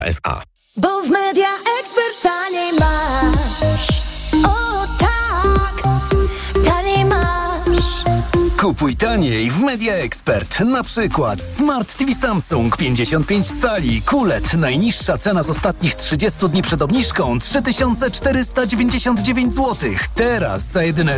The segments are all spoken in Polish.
S.A. Bo w Media Expert taniej masz. O tak, taniej masz. Kupuj taniej w Media Expert. Na przykład Smart TV Samsung 55 cali QLED. Najniższa cena z ostatnich 30 dni przed obniżką 3499 zł. Teraz za jedyne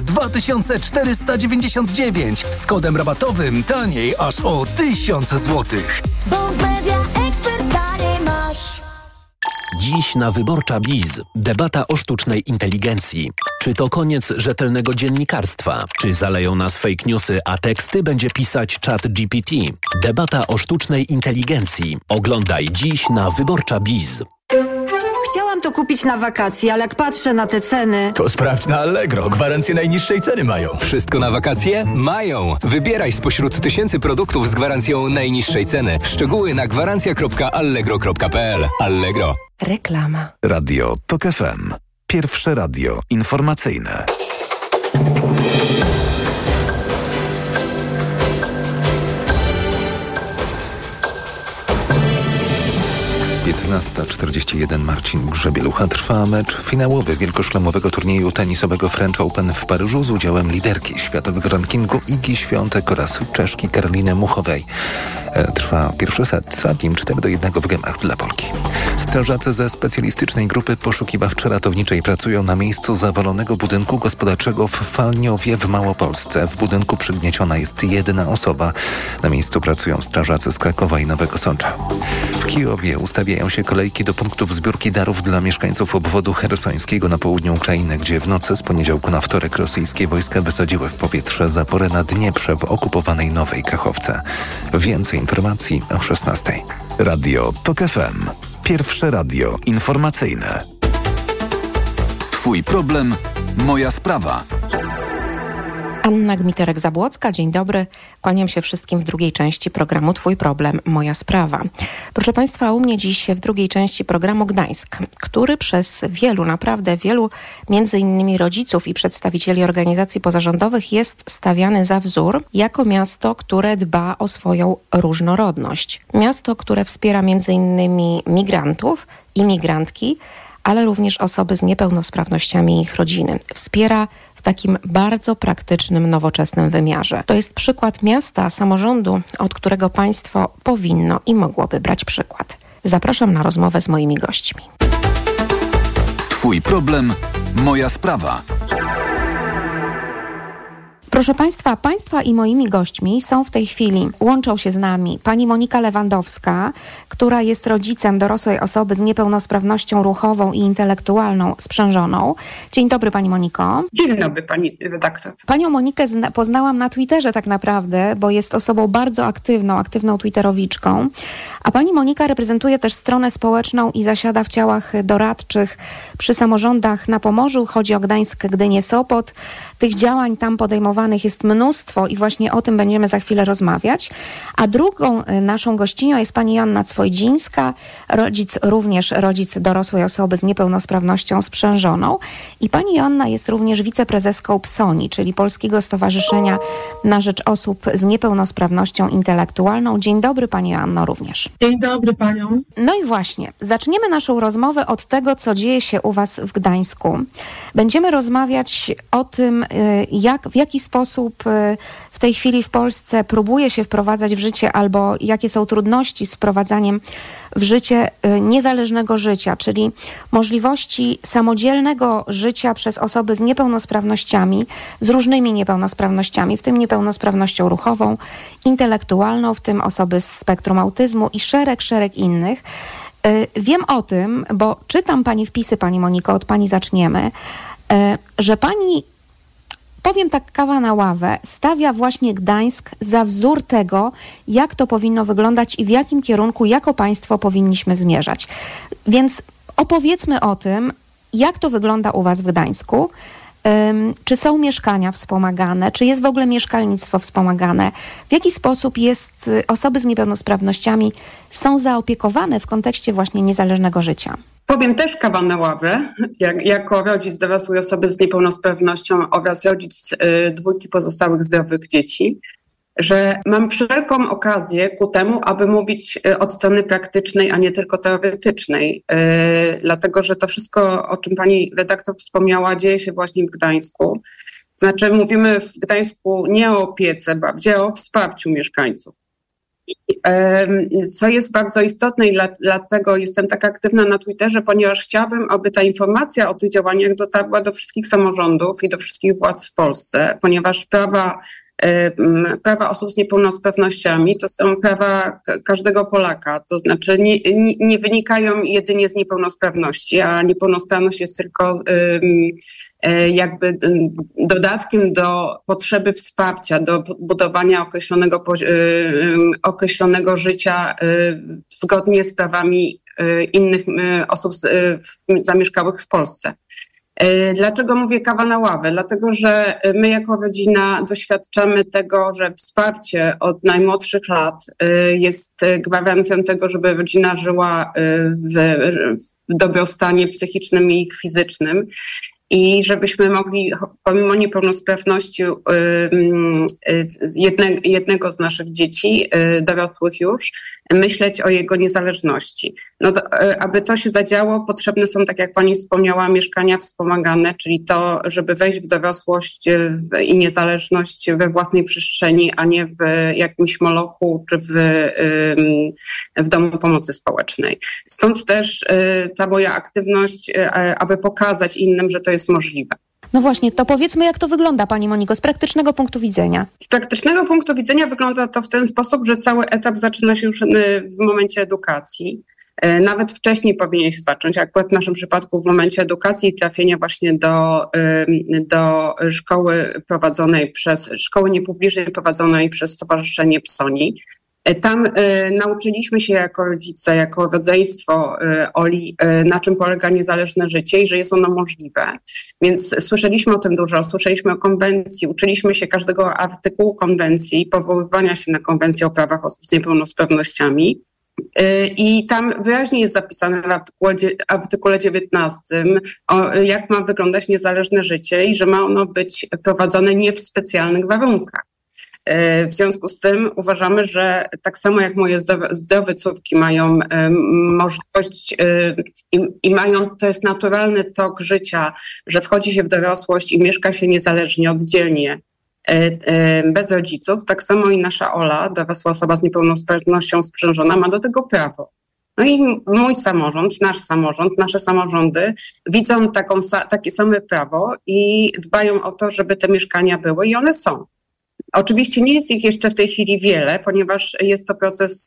2499. Z kodem rabatowym taniej aż o 1000 zł. Bo w Media Expert taniej masz. Dziś na Wyborcza Biz. Debata o sztucznej inteligencji. Czy to koniec rzetelnego dziennikarstwa? Czy zaleją nas fake newsy, a teksty będzie pisać ChatGPT? Debata o sztucznej inteligencji. Oglądaj dziś na Wyborcza Biz. Chciałam to kupić na wakacje, ale jak patrzę na te ceny... To sprawdź na Allegro. Gwarancję najniższej ceny mają. Wszystko na wakacje? Mają! Wybieraj spośród tysięcy produktów z gwarancją najniższej ceny. Szczegóły na gwarancja.allegro.pl. Allegro. Reklama. Radio TOK FM. Pierwsze radio informacyjne. (15:41) Marcin Grzebielucha. Trwa mecz finałowy wielkoszlemowego turnieju tenisowego French Open w Paryżu z udziałem liderki światowego rankingu Igi Świątek oraz Czeszki Karoliny Muchowej. Trwa pierwszy set, a nim 4-1 w gemach dla Polki. Strażacy ze specjalistycznej grupy poszukiwawczo-ratowniczej pracują na miejscu zawalonego budynku gospodarczego w Falniowie w Małopolsce. W budynku przygnieciona jest jedna osoba. Na miejscu pracują strażacy z Krakowa i Nowego Sącza. W Kijowie ustawiają się kolejki do punktów zbiórki darów dla mieszkańców obwodu chersońskiego na południu Ukrainy, gdzie w nocy z poniedziałku na wtorek rosyjskie wojska wysadziły w powietrze zaporę na Dnieprze w okupowanej Nowej Kachowce. Więcej informacji o 16:00. Radio TOK FM. Pierwsze radio informacyjne. Twój problem, moja sprawa. Anna Gmiterek-Zabłocka, dzień dobry. Kłaniam się wszystkim w drugiej części programu Twój problem, moja sprawa. Proszę Państwa, u mnie dziś w drugiej części programu Gdańsk, który przez naprawdę wielu, między innymi rodziców i przedstawicieli organizacji pozarządowych jest stawiany za wzór jako miasto, które dba o swoją różnorodność. Miasto, które wspiera między innymi migrantów i migrantki, ale również osoby z niepełnosprawnościami i ich rodziny. Wspiera w takim bardzo praktycznym, nowoczesnym wymiarze. To jest przykład miasta, samorządu, od którego państwo powinno i mogłoby brać przykład. Zapraszam na rozmowę z moimi gośćmi. Twój problem, moja sprawa. Proszę Państwa i moimi gośćmi są w tej chwili, łączą się z nami pani Monika Lewandowska, która jest rodzicem dorosłej osoby z niepełnosprawnością ruchową i intelektualną sprzężoną. Dzień dobry Pani Moniko. Dzień dobry Pani redaktor. Panią Monikę poznałam na Twitterze tak naprawdę, bo jest osobą bardzo aktywną twitterowiczką. A Pani Monika reprezentuje też stronę społeczną i zasiada w ciałach doradczych przy samorządach na Pomorzu. Chodzi o Gdańsk, Gdynię, Sopot. Tych działań tam podejmowanych jest mnóstwo i właśnie o tym będziemy za chwilę rozmawiać. A drugą naszą gościnią jest pani Joanna Cwojdzińska, rodzic dorosłej osoby z niepełnosprawnością sprzężoną. I pani Joanna jest również wiceprezeską PSONI, czyli Polskiego Stowarzyszenia na Rzecz Osób z Niepełnosprawnością Intelektualną. Dzień dobry pani Joanno również. Dzień dobry panią. No i właśnie, zaczniemy naszą rozmowę od tego, co dzieje się u was w Gdańsku. Będziemy rozmawiać o tym, w jaki sposób w tej chwili w Polsce próbuje się wprowadzać w życie albo jakie są trudności z wprowadzaniem w życie niezależnego życia, czyli możliwości samodzielnego życia przez osoby z niepełnosprawnościami, z różnymi niepełnosprawnościami, w tym niepełnosprawnością ruchową, intelektualną, w tym osoby z spektrum autyzmu i szereg innych. Wiem o tym, bo czytam pani wpisy, pani Moniko, od pani zaczniemy, że pani, powiem tak kawa na ławę, stawia właśnie Gdańsk za wzór tego, jak to powinno wyglądać i w jakim kierunku jako państwo powinniśmy zmierzać. Więc opowiedzmy o tym, jak to wygląda u was w Gdańsku. Czy są mieszkania wspomagane? Czy jest w ogóle mieszkalnictwo wspomagane? W jaki sposób osoby z niepełnosprawnościami są zaopiekowane w kontekście właśnie niezależnego życia? Powiem też kawa na ławę, jako rodzic dorosłej osoby z niepełnosprawnością oraz rodzic 2 pozostałych zdrowych dzieci. że mam wszelką okazję ku temu, aby mówić od strony praktycznej, a nie tylko teoretycznej. Dlatego, że to wszystko, o czym pani redaktor wspomniała, dzieje się właśnie w Gdańsku. Znaczy mówimy w Gdańsku nie o opiece, bardziej o wsparciu mieszkańców. Co jest bardzo istotne i dlatego jestem tak aktywna na Twitterze, ponieważ chciałabym, aby ta informacja o tych działaniach dotarła do wszystkich samorządów i do wszystkich władz w Polsce, ponieważ prawa osób z niepełnosprawnościami to są prawa każdego Polaka, to znaczy nie wynikają jedynie z niepełnosprawności, a niepełnosprawność jest tylko jakby dodatkiem do potrzeby wsparcia, do budowania określonego życia zgodnie z prawami innych osób zamieszkałych w Polsce. Dlaczego mówię kawa na ławę? Dlatego, że my jako rodzina doświadczamy tego, że wsparcie od najmłodszych lat jest gwarancją tego, żeby rodzina żyła w dobrostanie psychicznym i fizycznym. I żebyśmy mogli pomimo niepełnosprawności jednego z naszych dzieci, dorosłych już, myśleć o jego niezależności. Aby to się zadziało, potrzebne są, tak jak pani wspomniała, mieszkania wspomagane, czyli to, żeby wejść w dorosłość i niezależność we własnej przestrzeni, a nie w jakimś molochu czy w domu pomocy społecznej. Stąd też ta moja aktywność, aby pokazać innym, że to jest możliwe. No właśnie, to powiedzmy, jak to wygląda, pani Moniko, z praktycznego punktu widzenia. Z praktycznego punktu widzenia wygląda to w ten sposób, że cały etap zaczyna się już w momencie edukacji. Nawet wcześniej powinien się zacząć, akurat w naszym przypadku w momencie edukacji i trafienia właśnie do szkoły szkoły niepublicznej prowadzonej przez Stowarzyszenie PSONI. Tam nauczyliśmy się jako rodzice, jako rodzeństwo Oli, na czym polega niezależne życie i że jest ono możliwe. Więc słyszeliśmy o tym dużo, słyszeliśmy o konwencji, uczyliśmy się każdego artykułu konwencji, powoływania się na konwencję o prawach osób z niepełnosprawnościami. I tam wyraźnie jest zapisane w artykule 19, jak ma wyglądać niezależne życie i że ma ono być prowadzone nie w specjalnych warunkach. W związku z tym uważamy, że tak samo jak moje zdrowe córki mają możliwość i mają, to jest naturalny tok życia, że wchodzi się w dorosłość i mieszka się niezależnie, oddzielnie, bez rodziców, tak samo i nasza Ola, dorosła osoba z niepełnosprawnością sprzężona, ma do tego prawo. No i mój samorząd, nasz samorząd, nasze samorządy widzą takie same prawo i dbają o to, żeby te mieszkania były i one są. Oczywiście nie jest ich jeszcze w tej chwili wiele, ponieważ jest to proces,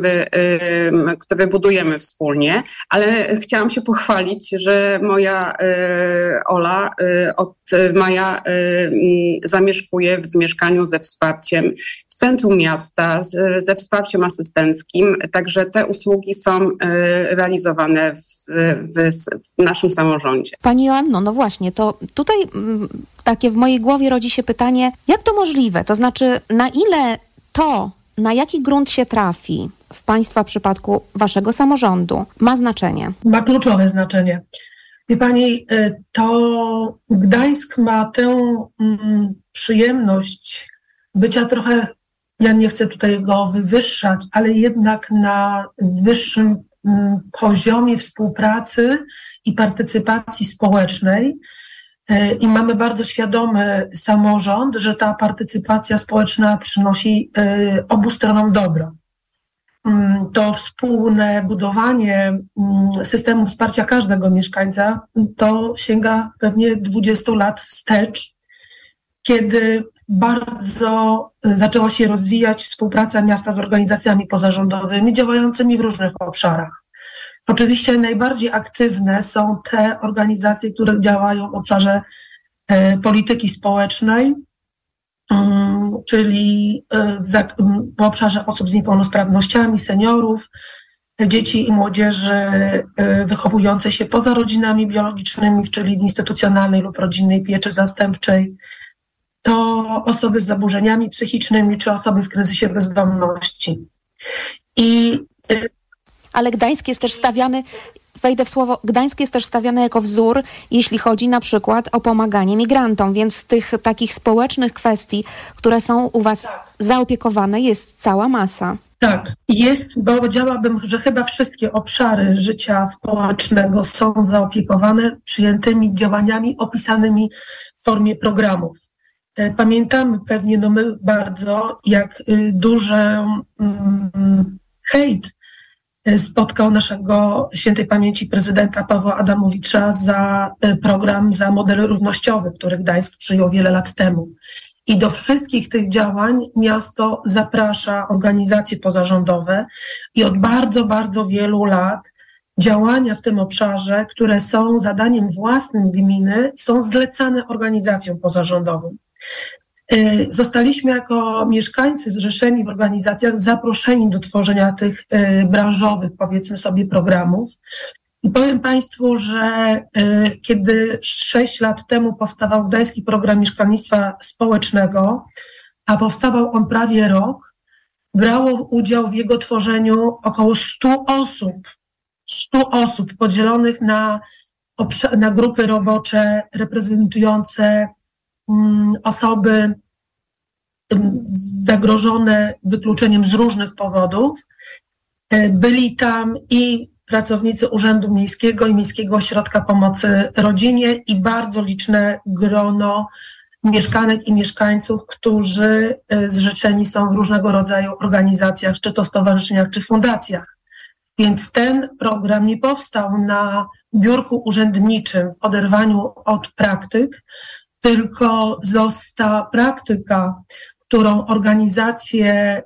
który budujemy wspólnie, ale chciałam się pochwalić, że moja Ola od maja zamieszkuje w mieszkaniu ze wsparciem w centrum miasta, ze wsparciem asystenckim, także te usługi są realizowane w naszym samorządzie. Pani Joanno, no właśnie, to tutaj takie w mojej głowie rodzi się pytanie, jak to możliwe? To znaczy, na jaki grunt się trafi w Państwa przypadku Waszego samorządu ma znaczenie? Ma kluczowe znaczenie. Wie Pani, to Gdańsk ma tę przyjemność bycia trochę, ja nie chcę tutaj go wywyższać, ale jednak na wyższym poziomie współpracy i partycypacji społecznej. I mamy bardzo świadomy samorząd, że ta partycypacja społeczna przynosi obu stronom dobro. To wspólne budowanie systemu wsparcia każdego mieszkańca to sięga pewnie 20 lat wstecz, kiedy bardzo zaczęła się rozwijać współpraca miasta z organizacjami pozarządowymi działającymi w różnych obszarach. Oczywiście najbardziej aktywne są te organizacje, które działają w obszarze polityki społecznej, czyli w obszarze osób z niepełnosprawnościami, seniorów, dzieci i młodzieży wychowującej się poza rodzinami biologicznymi, czyli w instytucjonalnej lub rodzinnej pieczy zastępczej, to osoby z zaburzeniami psychicznymi czy osoby w kryzysie bezdomności. Ale Gdańsk jest też stawiany wejdę w słowo, Gdańsk jest też stawiany jako wzór, jeśli chodzi na przykład o pomaganie migrantom, więc tych takich społecznych kwestii, które są u was zaopiekowane, jest cała masa. Tak, jest, bo powiedziałabym, że chyba wszystkie obszary życia społecznego są zaopiekowane przyjętymi działaniami opisanymi w formie programów. Pamiętamy pewnie, my bardzo, jak duży hejt spotkał naszego świętej pamięci prezydenta Pawła Adamowicza za program, za model równościowy, który Gdańsk przyjął wiele lat temu. I do wszystkich tych działań miasto zaprasza organizacje pozarządowe i od bardzo, bardzo wielu lat działania w tym obszarze, które są zadaniem własnym gminy, są zlecane organizacjom pozarządowym. Zostaliśmy jako mieszkańcy zrzeszeni w organizacjach zaproszeni do tworzenia tych branżowych, powiedzmy sobie, programów. I powiem Państwu, że kiedy 6 lat temu powstawał Gdański Program Mieszkalnictwa Społecznego, a powstawał on prawie rok, brało udział w jego tworzeniu około 100 osób podzielonych na grupy robocze reprezentujące osoby zagrożone wykluczeniem z różnych powodów. Byli tam i pracownicy Urzędu Miejskiego i Miejskiego Ośrodka Pomocy Rodzinie i bardzo liczne grono mieszkanek i mieszkańców, którzy zrzeszeni są w różnego rodzaju organizacjach, czy to stowarzyszeniach, czy fundacjach. Więc ten program nie powstał na biurku urzędniczym w oderwaniu od praktyk, tylko została praktyka, którą organizacje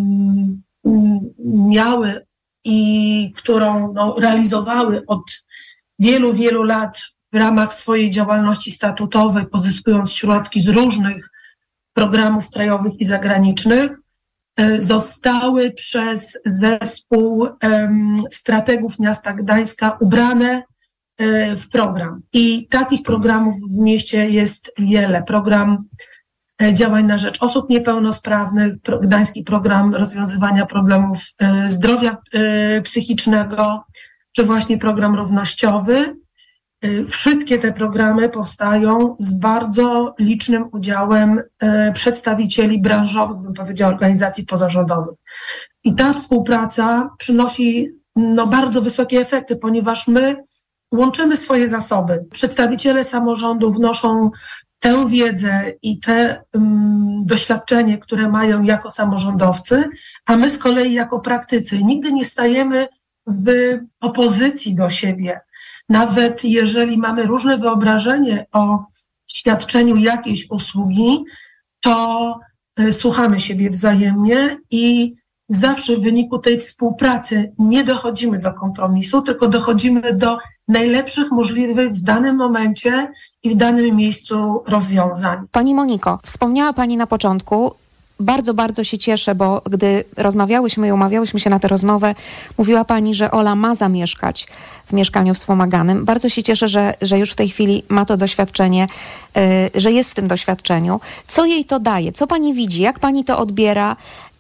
miały i którą realizowały od wielu, wielu lat w ramach swojej działalności statutowej, pozyskując środki z różnych programów krajowych i zagranicznych, zostały przez zespół strategów miasta Gdańska ubrane w program. I takich programów w mieście jest wiele. Program działań na rzecz osób niepełnosprawnych, Gdański Program Rozwiązywania Problemów Zdrowia Psychicznego, czy właśnie program równościowy. Wszystkie te programy powstają z bardzo licznym udziałem przedstawicieli branżowych, bym powiedziała, organizacji pozarządowych. I ta współpraca przynosi bardzo wysokie efekty, ponieważ my łączymy swoje zasoby. Przedstawiciele samorządu wnoszą tę wiedzę i te doświadczenie, które mają jako samorządowcy, a my z kolei jako praktycy nigdy nie stajemy w opozycji do siebie. Nawet jeżeli mamy różne wyobrażenie o świadczeniu jakiejś usługi, to słuchamy siebie wzajemnie i zawsze w wyniku tej współpracy nie dochodzimy do kompromisu, tylko dochodzimy do najlepszych możliwych w danym momencie i w danym miejscu rozwiązań. Pani Moniko, wspomniała Pani na początku, bardzo, bardzo się cieszę, bo gdy rozmawiałyśmy i umawiałyśmy się na tę rozmowę, mówiła Pani, że Ola ma zamieszkać w mieszkaniu wspomaganym. Bardzo się cieszę, że już w tej chwili ma to doświadczenie, że jest w tym doświadczeniu. Co jej to daje? Co Pani widzi? Jak Pani to odbiera?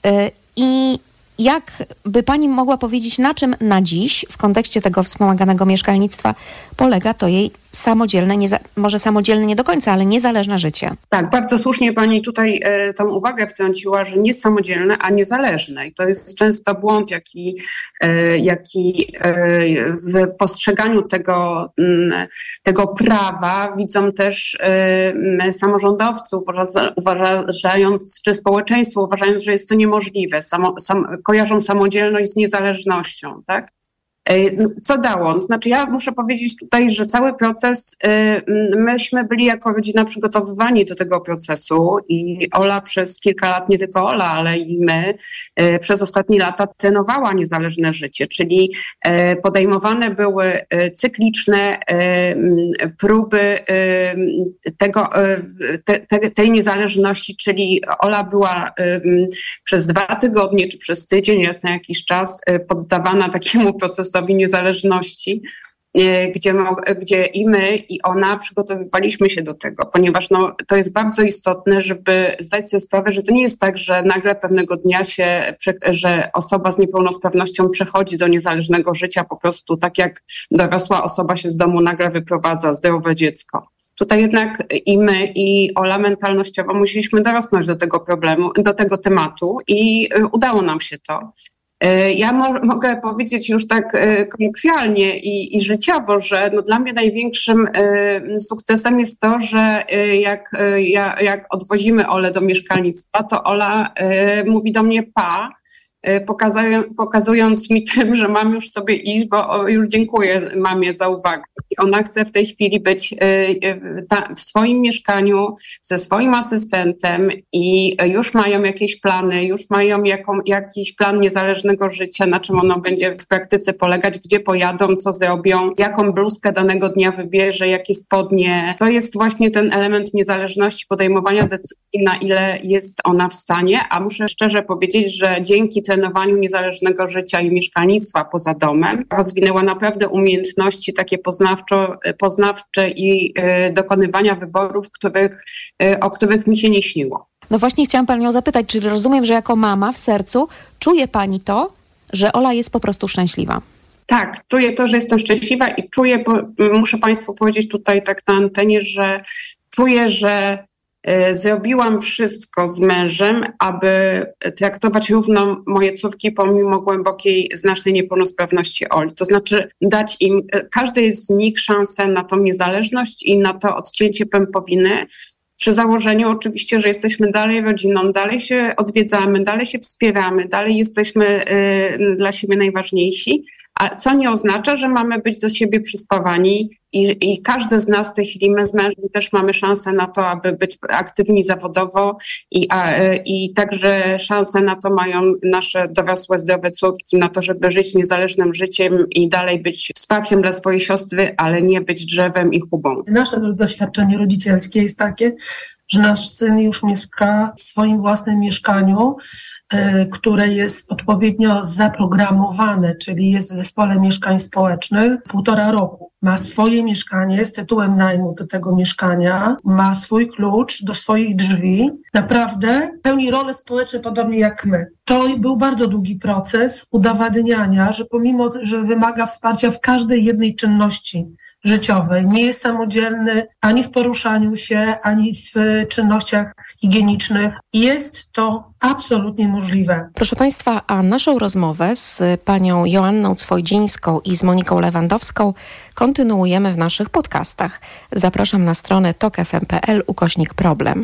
I jak by Pani mogła powiedzieć, na czym na dziś w kontekście tego wspomaganego mieszkalnictwa polega to jej samodzielne, może samodzielne nie do końca, ale niezależne życie? Tak, bardzo słusznie Pani tutaj tą uwagę wtrąciła, że nie samodzielne, a niezależne. I to jest często błąd, jaki w postrzeganiu tego prawa widzą też samorządowcy, uważając, czy społeczeństwo, uważając, że jest to niemożliwe. Kojarzą samodzielność z niezależnością, tak? Co dało? To znaczy ja muszę powiedzieć tutaj, że cały proces, myśmy byli jako rodzina przygotowywani do tego procesu i Ola przez kilka lat, nie tylko Ola, ale i my przez ostatnie lata trenowała niezależne życie, czyli podejmowane były cykliczne próby tej niezależności, czyli Ola była przez 2 tygodnie czy przez tydzień, raz na jakiś czas poddawana takiemu procesowi niezależności gdzie i my, i ona przygotowywaliśmy się do tego, ponieważ to jest bardzo istotne, żeby zdać sobie sprawę, że to nie jest tak, że nagle pewnego dnia że osoba z niepełnosprawnością przechodzi do niezależnego życia po prostu tak jak dorosła osoba się z domu nagle wyprowadza, zdrowe dziecko. Tutaj jednak i my, i Ola mentalnościowo musieliśmy dorosnąć do tego problemu, do tego tematu i udało nam się to. Ja mogę powiedzieć już tak kolokwialnie i życiowo, że dla mnie największym sukcesem jest to, że jak odwozimy Olę do mieszkalnictwa, to Ola mówi do mnie pa, pokazując mi tym, że mam już sobie iść, bo już dziękuję mamie za uwagę. I ona chce w tej chwili być w swoim mieszkaniu ze swoim asystentem i już mają jakieś plany, już mają jakiś plan niezależnego życia, na czym ono będzie w praktyce polegać, gdzie pojadą, co zrobią, jaką bluzkę danego dnia wybierze, jakie spodnie. To jest właśnie ten element niezależności, podejmowania decyzji, na ile jest ona w stanie, a muszę szczerze powiedzieć, że dzięki trenowaniu niezależnego życia i mieszkalnictwa poza domem rozwinęła naprawdę umiejętności takie poznawcze i dokonywania wyborów, o których mi się nie śniło. No właśnie chciałam Panią zapytać, czy rozumiem, że jako mama w sercu czuje Pani to, że Ola jest po prostu szczęśliwa? Tak, czuję to, że jestem szczęśliwa i czuję, bo muszę Państwu powiedzieć tutaj tak na antenie, że czuję, że zrobiłam wszystko z mężem, aby traktować równo moje córki pomimo głębokiej, znacznej niepełnosprawności Oli. To znaczy dać im, każdej z nich szansę na tą niezależność i na to odcięcie pępowiny, przy założeniu oczywiście, że jesteśmy dalej rodziną, dalej się odwiedzamy, dalej się wspieramy, dalej jesteśmy dla siebie najważniejsi, a co nie oznacza, że mamy być do siebie przyspawani i każdy z nas w tej chwili, my z mężem też mamy szansę na to, aby być aktywni zawodowo i także szansę na to mają nasze dorosłe, zdrowe córki, na to, żeby żyć niezależnym życiem i dalej być wsparciem dla swojej siostry, ale nie być drzewem i chubą. Nasze doświadczenie rodzicielskie jest takie, że nasz syn już mieszka w swoim własnym mieszkaniu, które jest odpowiednio zaprogramowane, czyli jest w zespole mieszkań społecznych 1,5 roku. Ma swoje mieszkanie z tytułem najmu do tego mieszkania, ma swój klucz do swoich drzwi. Naprawdę pełni role społeczne podobnie jak my. To był bardzo długi proces udowadniania, że pomimo, że wymaga wsparcia w każdej jednej czynności życiowej, nie jest samodzielny ani w poruszaniu się, ani w czynnościach higienicznych. Jest to absolutnie możliwe. Proszę Państwa, a naszą rozmowę z panią Joanną Cwojdzińską i z Moniką Lewandowską kontynuujemy w naszych podcastach. Zapraszam na stronę tokfm.pl/problem.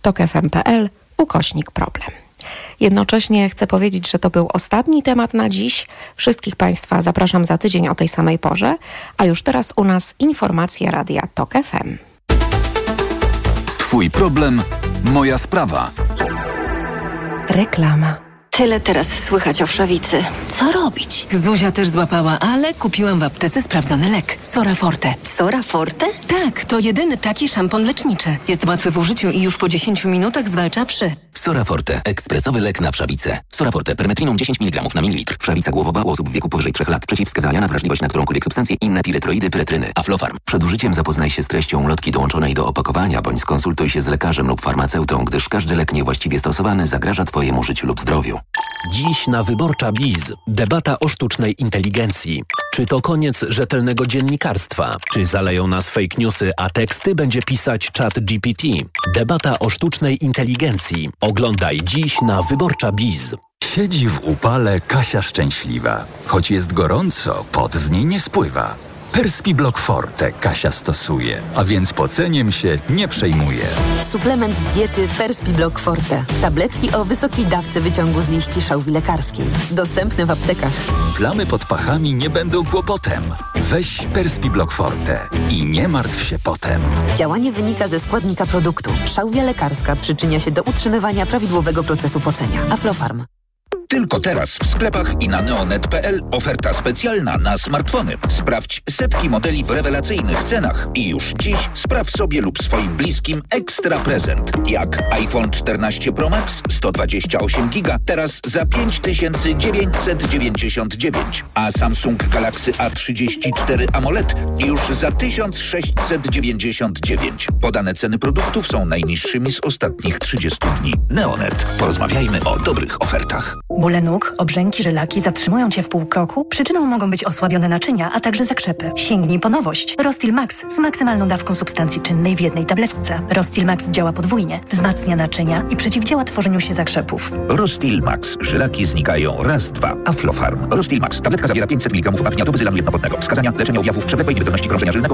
tokfm.pl/problem. Jednocześnie chcę powiedzieć, że to był ostatni temat na dziś. Wszystkich Państwa zapraszam za tydzień o tej samej porze, a już teraz u nas informacje Radia TOK FM. Twój problem, moja sprawa. Reklama. Tyle teraz słychać o wszawicy. Co robić? Zuzia też złapała, ale kupiłam w aptece sprawdzony lek. Sora Forte. Sora Forte? Tak, to jedyny taki szampon leczniczy. Jest łatwy w użyciu i już po 10 minutach zwalcza wszy. Sora Forte. Ekspresowy lek na wszawicę. Sora Forte. Permetriną 10 mg na mililitr. Wszawica głowowa u osób w wieku powyżej 3 lat. Przeciwwskazania na wrażliwość na którąkolwiek substancję. Inne piretroidy, pyretryny. Aflofarm. Przed użyciem zapoznaj się z treścią ulotki dołączonej do opakowania, bądź skonsultuj się z lekarzem lub farmaceutą, gdyż każdy lek niewłaściwie stosowany zagraża Twojemu życiu lub zdrowiu. Dziś na Wyborcza Biz debata o sztucznej inteligencji. Czy to koniec rzetelnego dziennikarstwa? Czy zaleją nas fake newsy, a teksty będzie pisać ChatGPT? Debata o sztucznej inteligencji. Oglądaj dziś na Wyborcza Biz. Siedzi w upale Kasia szczęśliwa. Choć jest gorąco, pot z niej nie spływa. Perspiblock Forte Kasia stosuje, a więc poceniem się nie przejmuje. Suplement diety Perspiblock Forte. Tabletki o wysokiej dawce wyciągu z liści szałwi lekarskiej. Dostępne w aptekach. Plamy pod pachami nie będą kłopotem. Weź Perspiblock Forte i nie martw się potem. Działanie wynika ze składnika produktu. Szałwia lekarska przyczynia się do utrzymywania prawidłowego procesu pocenia. Aflofarm. Tylko teraz w sklepach i na neonet.pl oferta specjalna na smartfony. Sprawdź setki modeli w rewelacyjnych cenach i już dziś spraw sobie lub swoim bliskim ekstra prezent. Jak iPhone 14 Pro Max 128 GB teraz za 5999, a Samsung Galaxy A34 AMOLED już za 1699. Podane ceny produktów są najniższymi z ostatnich 30 dni. Neonet. Porozmawiajmy o dobrych ofertach. Bóle nóg, obrzęki, żylaki zatrzymują Cię w pół kroku? Przyczyną mogą być osłabione naczynia, a także zakrzepy. Sięgnij po nowość. Rostil Max z maksymalną dawką substancji czynnej w jednej tabletce. Rostil Max działa podwójnie, wzmacnia naczynia i przeciwdziała tworzeniu się zakrzepów. Rostil Max. Żylaki znikają raz, dwa. Aflofarm. Rostil Max. Tabletka zawiera 500 mg wapnia do bezylanu jednowodnego. Wskazania: leczenie objawów przewlekłej niewydolności krążenia żylnego,